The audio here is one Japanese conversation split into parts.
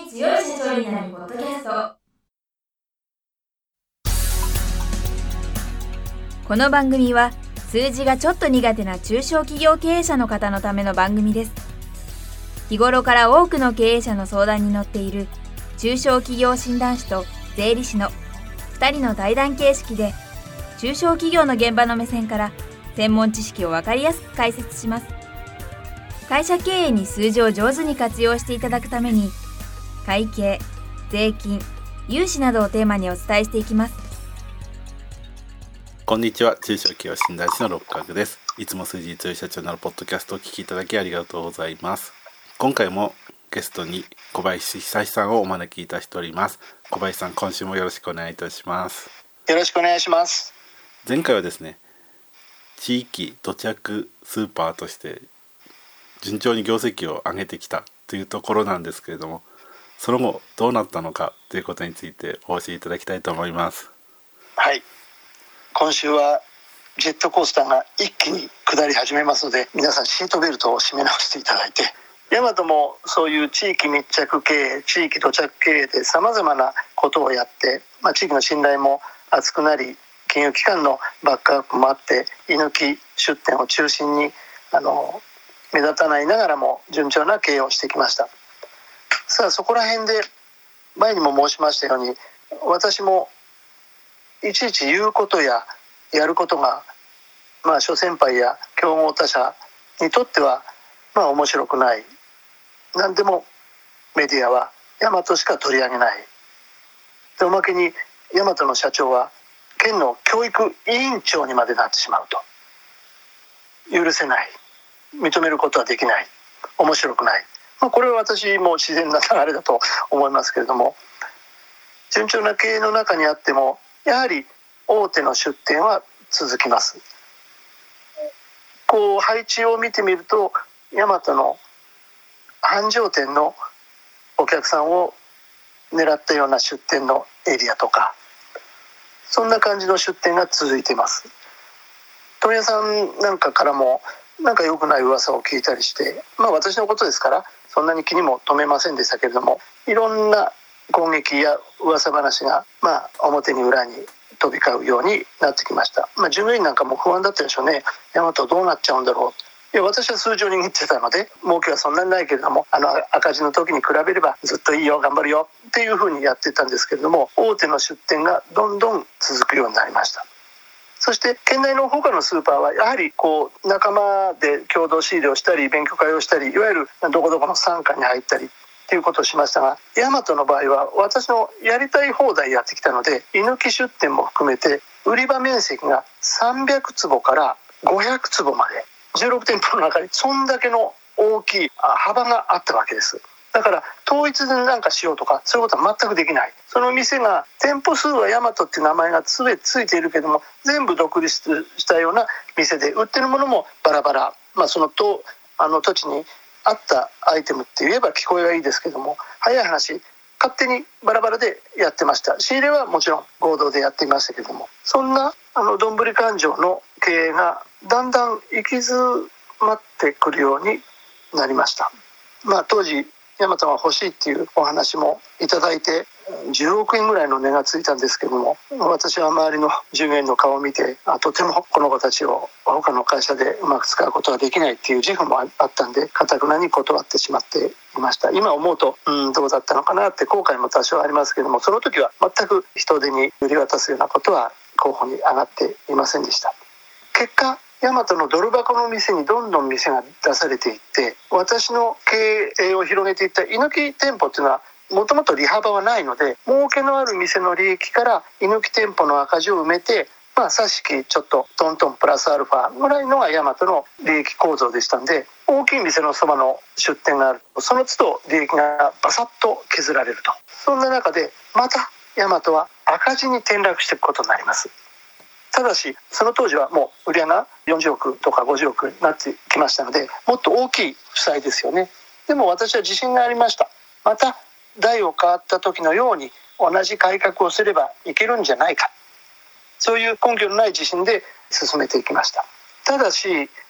強い社長になるポッドキャスト。この番組は数字がちょっと苦手な中小企業経営者の方のための番組です。日頃から多くの経営者の相談に乗っている中小企業診断士と税理士の2人の対談形式で、中小企業の現場の目線から専門知識を分かりやすく解説します。会社経営に数字を上手に活用していただくために、会計、税金、融資などをテーマにお伝えしていきます。 こんにちは、中小企業診断士の六角です。いつも数字強い社長になるポッドキャストをお聞きいただきありがとうございます。今回もゲストに小林久志さんをお招きいたしております。小林さん、今週もよろしくお願いいたします。 よろしくお願いします。 前回はですね、地域土着スーパーとして順調に業績を上げてきたというところなんですけれども、その後どうなったのかということについてお教えいただきたいと思います。 はい、今週はジェットコースターが一気に下り始めますので、皆さんシートベルトを締め直していただいて、ヤマトもそういう地域密着経営、地域土着経営でさまざまなことをやって、地域の信頼も厚くなり、金融機関のバックアップもあって、居抜き出店を中心に目立たないながらも順調な経営をしてきました。さあ、そこら辺で前にも申しましたように、私もいちいち言うことややることが、諸先輩や競合他社にとっては面白くない。何でもメディアはヤマトしか取り上げない。で、おまけにヤマトの社長は県の教育委員長にまでなってしまうと。許せない。認めることはできない。面白くない。これは私も自然な流れだと思いますけれども、順調な経営の中にあってもやはり大手の出店は続きます。配置を見てみると、ヤマトの繁盛店のお客さんを狙ったような出店のエリアとか、そんな感じの出店が続いています。問屋さんなんかからも良くない噂を聞いたりして、私のことですからそんなに気にも留めませんでしたけれども、いろんな攻撃や噂話が表に裏に飛び交うようになってきました。従業員なんかも不安だったでしょうね。ヤマトどうなっちゃうんだろう。私は数字を握ってたので儲けはそんなにないけれども、赤字の時に比べればずっといいよ、頑張るよっていうふうにやってたんですけれども、大手の出店がどんどん続くようになりました。そして県内の他のスーパーはやはり仲間で共同仕入れをしたり勉強会をしたり、いわゆるどこどこの傘下に入ったりっていうことをしましたが、ヤマトの場合は私のやりたい放題やってきたので、居抜き出店も含めて売り場面積が300坪から500坪まで16店舗の中にそんだけの大きい幅があったわけです。だから統一でなんかしようとかそういうことは全くできない。その店が店舗数はヤマトっていう名前がついているけども、全部独立したような店で、売ってるものもバラバラ、その土地に合ったアイテムって言えば聞こえがいいですけども、早い話勝手にバラバラでやってました。仕入れはもちろん合同でやっていましたけども、そんなどんぶり勘定の経営がだんだん行き詰まってくるようになりました。当時ヤマトが欲しいっていうお話もいただいて、10億円ぐらいの値がついたんですけども、私は周りの従業員の顔を見て、とてもこの子たちを他の会社でうまく使うことはできないっていう自負もあったんで、堅くなに断ってしまっていました。今思うとどうだったのかなって後悔も多少ありますけども、その時は全く人手に売り渡すようなことは候補に上がっていませんでした。結果ヤマトのドル箱の店にどんどん店が出されていって、私の経営を広げていった居抜き店舗っていうのはもともと利幅はないので、儲けのある店の利益から居抜き店舗の赤字を埋めて、差し引きちょっとトントンプラスアルファぐらいのがヤマトの利益構造でしたんで、大きい店のそばの出店があるとその都度利益がバサッと削られると。そんな中でまたヤマトは赤字に転落していくことになります。ただしその当時はもう売り上げが40億とか50億になってきましたので、もっと大きい負債ですよね。でも私は自信がありました。また代を変わった時のように同じ改革をすればいけるんじゃないか、そういう根拠のない自信で進めていきました。ただし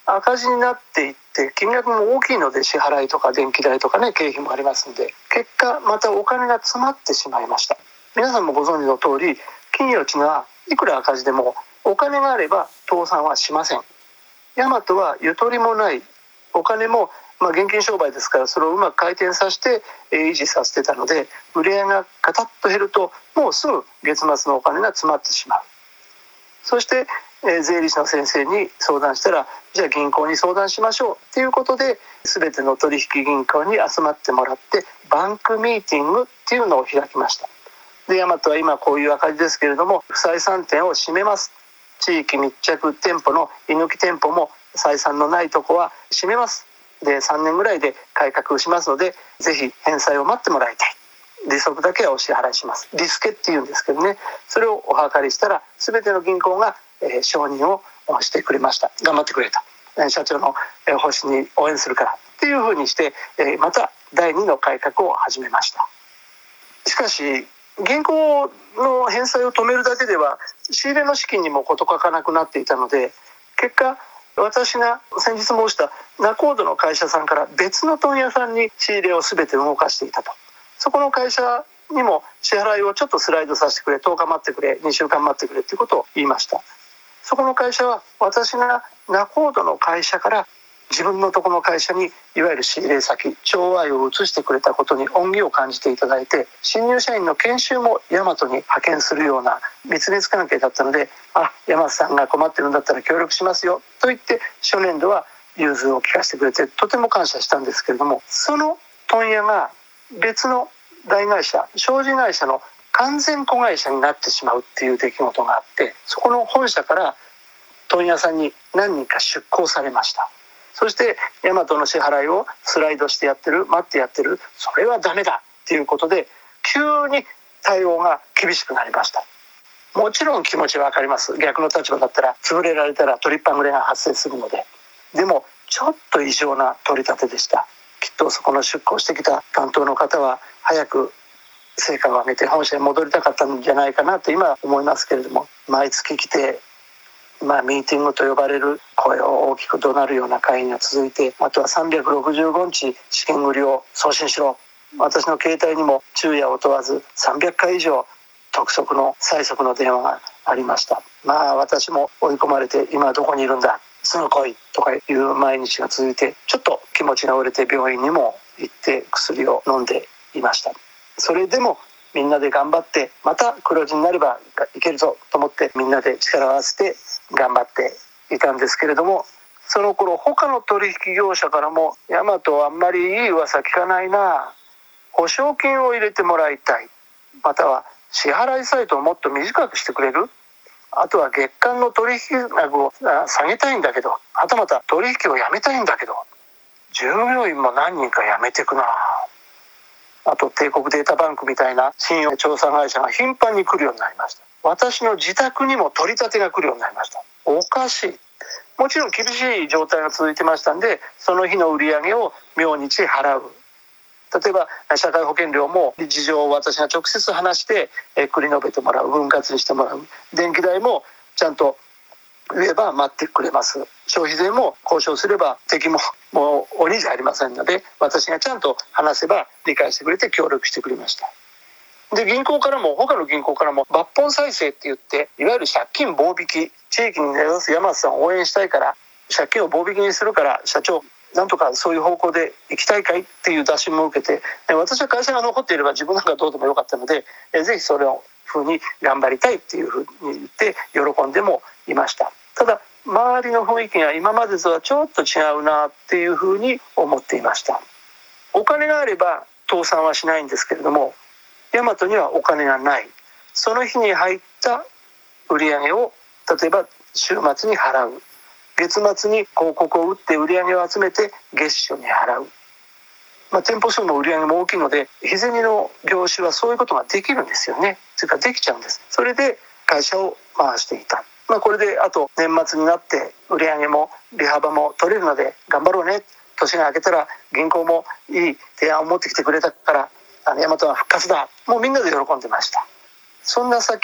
赤字になっていって、金額も大きいので、支払いとか電気代とかね、経費もありますので、結果またお金が詰まってしまいました。皆さんもご存知の通り、企業というのはいくら赤字でもお金があれば倒産はしません。ヤマトはゆとりもない、お金も現金商売ですから、それをうまく回転させて維持させてたので、売り上げがカタッと減るともうすぐ月末のお金が詰まってしまう。そして税理士の先生に相談したら、じゃあ銀行に相談しましょうということで、全ての取引銀行に集まってもらってバンクミーティングっていうのを開きました。で、ヤマトは今こういう赤字ですけれども、不採算店を閉めます。地域密着店舗の居抜き店舗も採算のないとこは閉めます。で、3年ぐらいで改革しますので、ぜひ返済を待ってもらいたい。利息だけはお支払いします。リスケっていうんですけどね、それをお諮りしたら、全ての銀行が承認をしてくれました。頑張ってくれた。社長の方針に応援するからっていうふうにして、また第2の改革を始めました。しかし銀行の返済を止めるだけでは仕入れの資金にも事欠かなくなっていたので、結果私が先日申した仲人の会社さんから別の問屋さんに仕入れを全て動かしていたと。そこの会社にも支払いをちょっとスライドさせてくれ、10日待ってくれ、2週間待ってくれということを言いました。そこの会社は私が仲人の会社から自分のところの会社にいわゆる仕入れ先町愛を移してくれたことに恩義を感じていただいて、新入社員の研修も大和に派遣するような蜜月関係だったので、大和さんが困ってるんだったら協力しますよと言って初年度は融通を利かせてくれて、とても感謝したんですけれども、その問屋が別の大会社商事会社の完全子会社になってしまうっていう出来事があって、そこの本社から問屋さんに何人か出向されました。そして大和の支払いをスライドしてやってる、待ってやってる、それはダメだっていうことで急に対応が厳しくなりました。もちろん気持ちは分かります。逆の立場だったら潰れられたら取りっぱぐれが発生するので。でもちょっと異常な取り立てでした。きっとそこの出向してきた担当の方は早く成果を上げて本社に戻りたかったんじゃないかなと今思いますけれども、毎月来てミーティングと呼ばれる声を大きく怒鳴るような会議が続いて、あとは365日試験繰りを送信しろ、私の携帯にも昼夜を問わず300回以上督促の催促の電話がありました。私も追い込まれて、今どこにいるんだ、すぐ来いとかいう毎日が続いて、ちょっと気持ちが折れて病院にも行って薬を飲んでいました。それでもみんなで頑張って、また黒字になればいけるぞと思ってみんなで力を合わせて頑張っていたんですけれども、その頃他の取引業者からも大和はあんまりいい噂聞かないな、保証金を入れてもらいたい、または支払いサイトをもっと短くしてくれる、あとは月間の取引額を下げたいんだけど、はたまた取引をやめたいんだけど、従業員も何人か辞めてくな、あと帝国データバンクみたいな信用調査会社が頻繁に来るようになりました。私の自宅にも取り立てが来るようになりました。おかしい。もちろん厳しい状態が続いてましたんで、その日の売り上げを明日払う。例えば社会保険料も事情を私が直接話して繰り延べてもらう、分割にしてもらう。電気代もちゃんと言えば待ってくれます。消費税も交渉すれば敵ももう鬼じゃありませんので、私がちゃんと話せば理解してくれて協力してくれました。で、銀行からも他の銀行からも抜本再生って言って、いわゆる借金棒引き、地域に根ざす大和さんを応援したいから借金を棒引きにするから社長なんとかそういう方向で行きたいかいっていう打診も受けて、私は会社が残っていれば自分なんかどうでもよかったので、ぜひそれをふうに頑張りたいっていうふうに言って喜んでもいました。ただ周りの雰囲気が今までとはちょっと違うなっていうふうに思っていました。お金があれば倒産はしないんですけれども、大和にはお金がない。その日に入った売り上げを例えば週末に払う、月末に広告を打って売り上げを集めて月初に払う。店舗数の売り上げも大きいので、日銭の業種はそういうことができるんですよね。それからできちゃうんです。それで会社を回していた。これであと年末になって売り上げも利幅も取れるので頑張ろうね。年が明けたら銀行もいい提案を持ってきてくれたから大和は復活だ。もうみんなで喜んでました。そんな先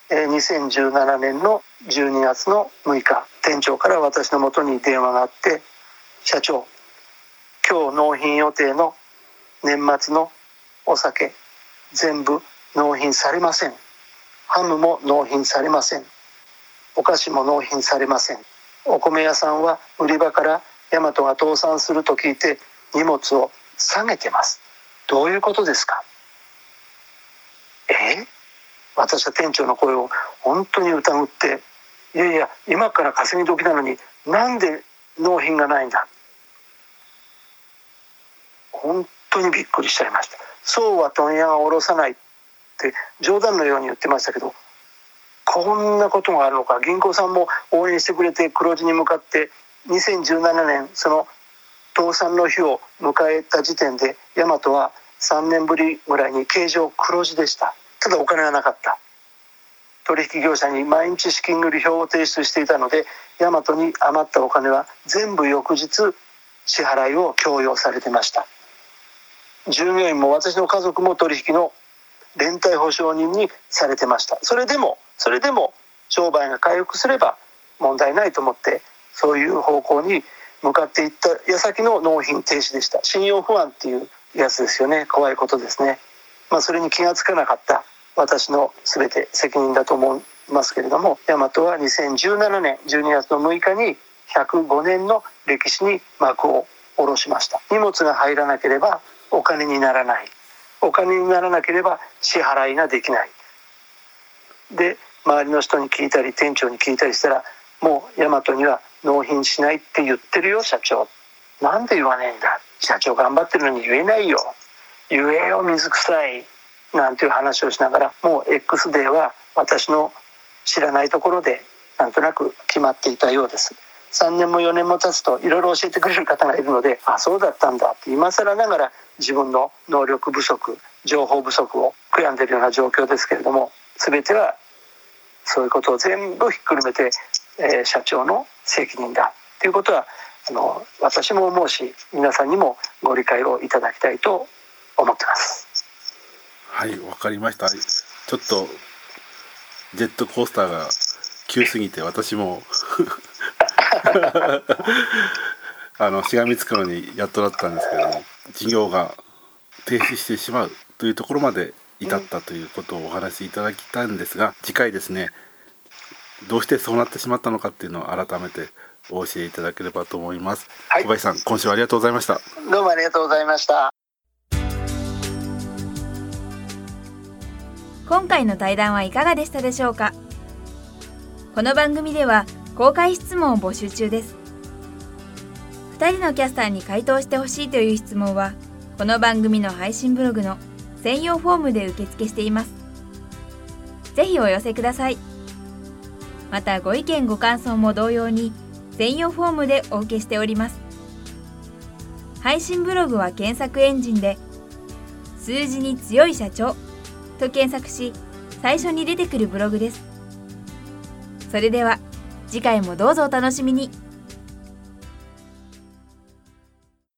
2017年の12月の6日、店長から私のもとに電話があって、社長、今日納品予定の年末のお酒全部納品されません。ハムも納品されません。お菓子も納品されません。お米屋さんは売り場からヤマトが倒産すると聞いて荷物を下げてます。どういうことですか？私は店長の声を本当に疑って、いやいや、今から稼ぎ時なのになんで納品がないんだ。本当にびっくりしちゃいました。そうは問屋が下ろさないって冗談のように言ってましたけど、こんなことがあるのか。銀行さんも応援してくれて黒字に向かって、2017年その倒産の日を迎えた時点でヤマトは3年ぶりぐらいに経常黒字でした。ただお金がなかった。取引業者に毎日資金繰り表を提出していたので、ヤマトに余ったお金は全部翌日支払いを強要されてました。従業員も私の家族も取引の連帯保証人にされてました。それでも商売が回復すれば問題ないと思って、そういう方向に向かっていった矢先の納品停止でした。信用不安っていうやつですよね。怖いことですね。それに気がつかなかった私の全て責任だと思いますけれども、ヤマトは2017年12月の6日に105年の歴史に幕を下ろしました。荷物が入らなければお金にならない。お金にならなければ支払いができない。で、周りの人に聞いたり店長に聞いたりしたら、もうヤマトには納品しないって言ってるよ社長。なんで言わねえんだ。社長頑張ってるのに言えないよ。言えよ水臭い。なんていう話をしながら、もう X デーは私の知らないところでなんとなく決まっていたようです。3年も4年も経つといろいろ教えてくれる方がいるので、そうだったんだって今更ながら自分の能力不足、情報不足を悔やんでいるような状況ですけれども、全てはそういうことを全部ひっくるめて、社長の責任だということは私も思うし、皆さんにもご理解をいただきたいと思ってます。 はい、わかりました。ちょっとジェットコースターが急すぎて私もしがみつくのにやっとだったんですけども、事業が停止してしまうというところまで至ったということをお話しいただきたいんですが、次回ですね、どうしてそうなってしまったのかっていうのを改めてお教えいただければと思います。小林さん、今週はありがとうございました。 どうもありがとうございました。 今回の対談はいかがでしたでしょうか。この番組では公開質問を募集中です。2人のキャスターに回答してほしいという質問は、この番組の配信ブログの専用フォームで受付しています。ぜひお寄せください。またご意見ご感想も同様に専用フォームでお受けしております。配信ブログは検索エンジンで数字に強い社長と検索し、最初に出てくるブログです。それでは次回もどうぞお楽しみに。